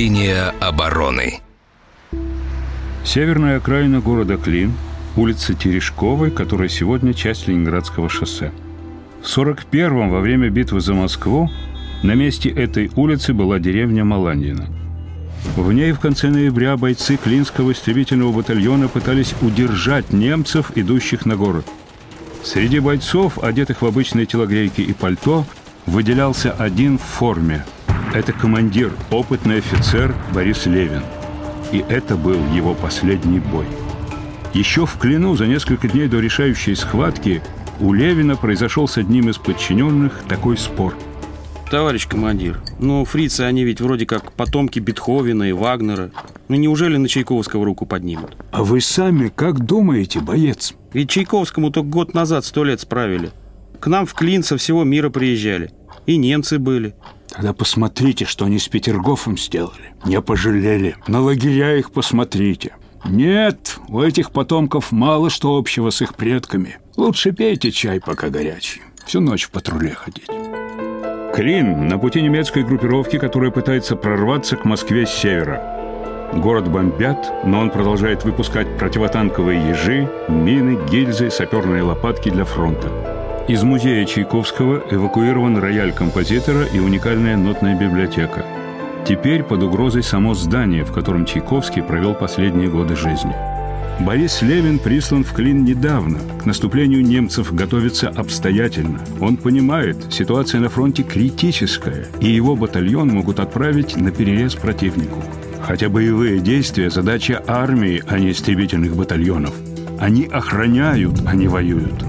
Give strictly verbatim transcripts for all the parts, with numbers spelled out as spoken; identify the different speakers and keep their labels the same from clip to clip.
Speaker 1: Линия обороны.
Speaker 2: Северная окраина города Клин, улица Терешковой, которая сегодня часть Ленинградского шоссе. В сорок первом, во время битвы за Москву, на месте этой улицы была деревня Маланьино. В ней в конце ноября бойцы Клинского истребительного батальона пытались удержать немцев, идущих на город. Среди бойцов, одетых в обычные телогрейки и пальто, выделялся один в форме. Это командир, опытный офицер Борис Левин. И это был его последний бой. Еще в Клину за несколько дней до решающей схватки у Левина произошел с одним из подчиненных такой спор.
Speaker 3: Товарищ командир, ну фрицы, они ведь вроде как потомки Бетховена и Вагнера. Ну неужели на Чайковского руку поднимут?
Speaker 4: А вы сами как думаете, боец?
Speaker 3: Ведь Чайковскому только год назад сто лет справили. К нам в Клин со всего мира приезжали. И немцы были.
Speaker 4: Тогда посмотрите, что они с Петергофом сделали. Не пожалели. На лагеря их посмотрите. Нет, у этих потомков мало что общего с их предками. Лучше пейте чай, пока горячий. Всю ночь в патруле ходить.
Speaker 2: Клин на пути немецкой группировки, которая пытается прорваться к Москве с севера. Город бомбят, но он продолжает выпускать противотанковые ежи, мины, гильзы, саперные лопатки для фронта. Из музея Чайковского эвакуирован рояль композитора и уникальная нотная библиотека. Теперь под угрозой само здание, в котором Чайковский провел последние годы жизни. Борис Левин прислан в Клин недавно. К наступлению немцев готовится обстоятельно. Он понимает, ситуация на фронте критическая, и его батальон могут отправить на перерез противнику. Хотя боевые действия – задача армии, а не истребительных батальонов. Они охраняют, а не воюют.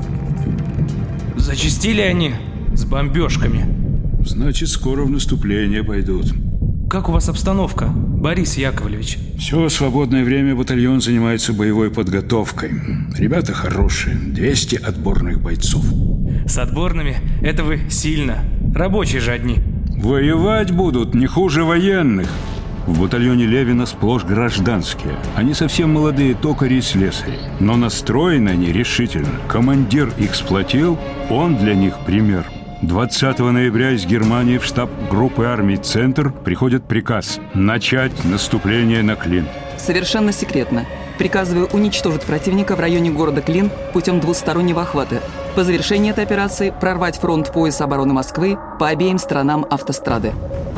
Speaker 5: Зачастили они с бомбежками.
Speaker 2: Значит, скоро в наступление пойдут.
Speaker 5: Как у вас обстановка, Борис Яковлевич?
Speaker 2: Все свободное время батальон занимается боевой подготовкой. Ребята хорошие, двести отборных бойцов.
Speaker 5: С отборными это вы сильно. Рабочие же одни.
Speaker 2: Воевать будут не хуже военных. В батальоне Левина сплошь гражданские. Они совсем молодые токари и слесари. Но настроены они решительно. Командир их сплотил, он для них пример. двадцатого ноября из Германии в штаб группы армий «Центр» приходит приказ начать наступление на Клин.
Speaker 6: Совершенно секретно. Приказываю уничтожить противника в районе города Клин путем двустороннего охвата. По завершении этой операции прорвать фронт пояса обороны Москвы по обеим сторонам автострады.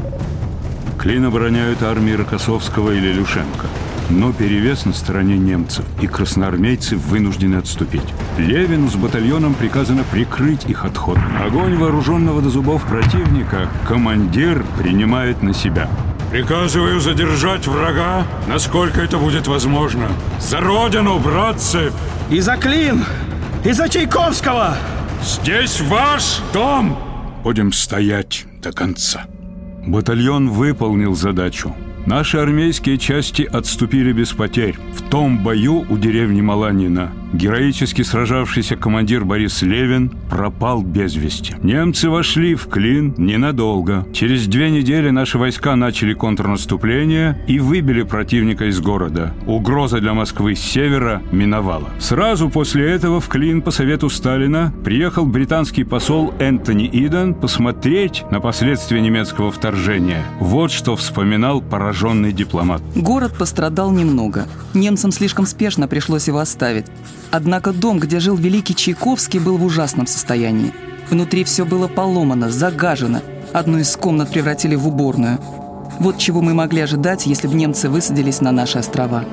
Speaker 2: Клин обороняют армии Рокоссовского или Илюшенко. Но перевес на стороне немцев, и красноармейцы вынуждены отступить. Левину с батальоном приказано прикрыть их отход. Огонь вооруженного до зубов противника командир принимает на себя. Приказываю задержать врага, насколько это будет возможно. За родину, братцы!
Speaker 3: И за Клин! И за Чайковского!
Speaker 2: Здесь ваш дом! Будем стоять до конца. Батальон выполнил задачу. Наши армейские части отступили без потерь. В том бою у деревни Маланьино героически сражавшийся командир Борис Левин пропал без вести. Немцы вошли в Клин ненадолго. Через две недели наши войска начали контрнаступление и выбили противника из города. Угроза для Москвы с севера миновала. Сразу после этого в Клин по совету Сталина приехал британский посол Энтони Иден посмотреть на последствия немецкого вторжения. Вот что вспоминал пораженный дипломат.
Speaker 6: Город пострадал немного. Немцам слишком спешно пришлось его оставить. Однако дом, где жил великий Чайковский, был в ужасном состоянии. Внутри все было поломано, загажено. Одну из комнат превратили в уборную. Вот чего мы могли ожидать, если бы немцы высадились на наши острова.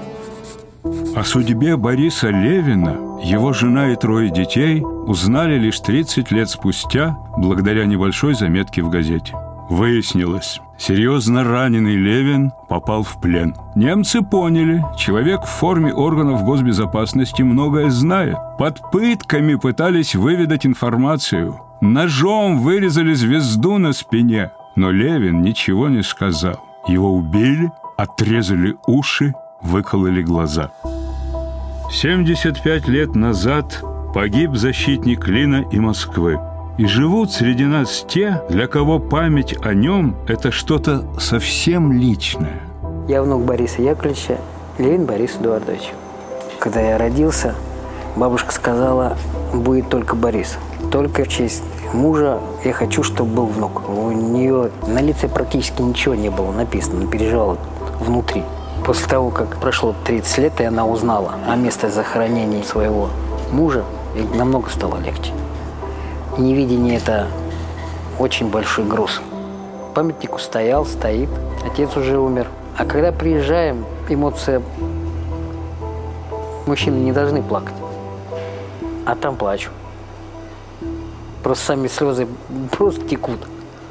Speaker 2: О судьбе Бориса Левина, его жена и трое детей узнали лишь тридцать лет спустя, благодаря небольшой заметке в газете. Выяснилось, серьезно раненый Левин попал в плен. Немцы поняли, человек в форме органов госбезопасности многое знает. Под пытками пытались выведать информацию. Ножом вырезали звезду на спине. Но Левин ничего не сказал. Его убили, отрезали уши, выкололи глаза. семьдесят пять лет назад погиб защитник Клина и Москвы. И живут среди нас те, для кого память о нем – это что-то совсем личное.
Speaker 7: Я внук Бориса Яковлевича, Левин Борис Эдуардович. Когда я родился, бабушка сказала, будет только Борис. Только в честь мужа я хочу, чтобы был внук. У нее на лице практически ничего не было написано, она переживала внутри. После того, как прошло тридцать лет, и она узнала о месте захоронения своего мужа, ей намного стало легче. Невидение – это очень большой груз. Памятник устоял, стоит, отец уже умер. А когда приезжаем, эмоция... Мужчины не должны плакать, а там плачу. Просто сами слезы просто текут.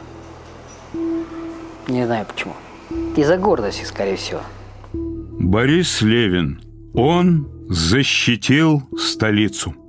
Speaker 7: Не знаю почему. Из-за гордости, скорее всего.
Speaker 2: Борис Левин. Он защитил столицу.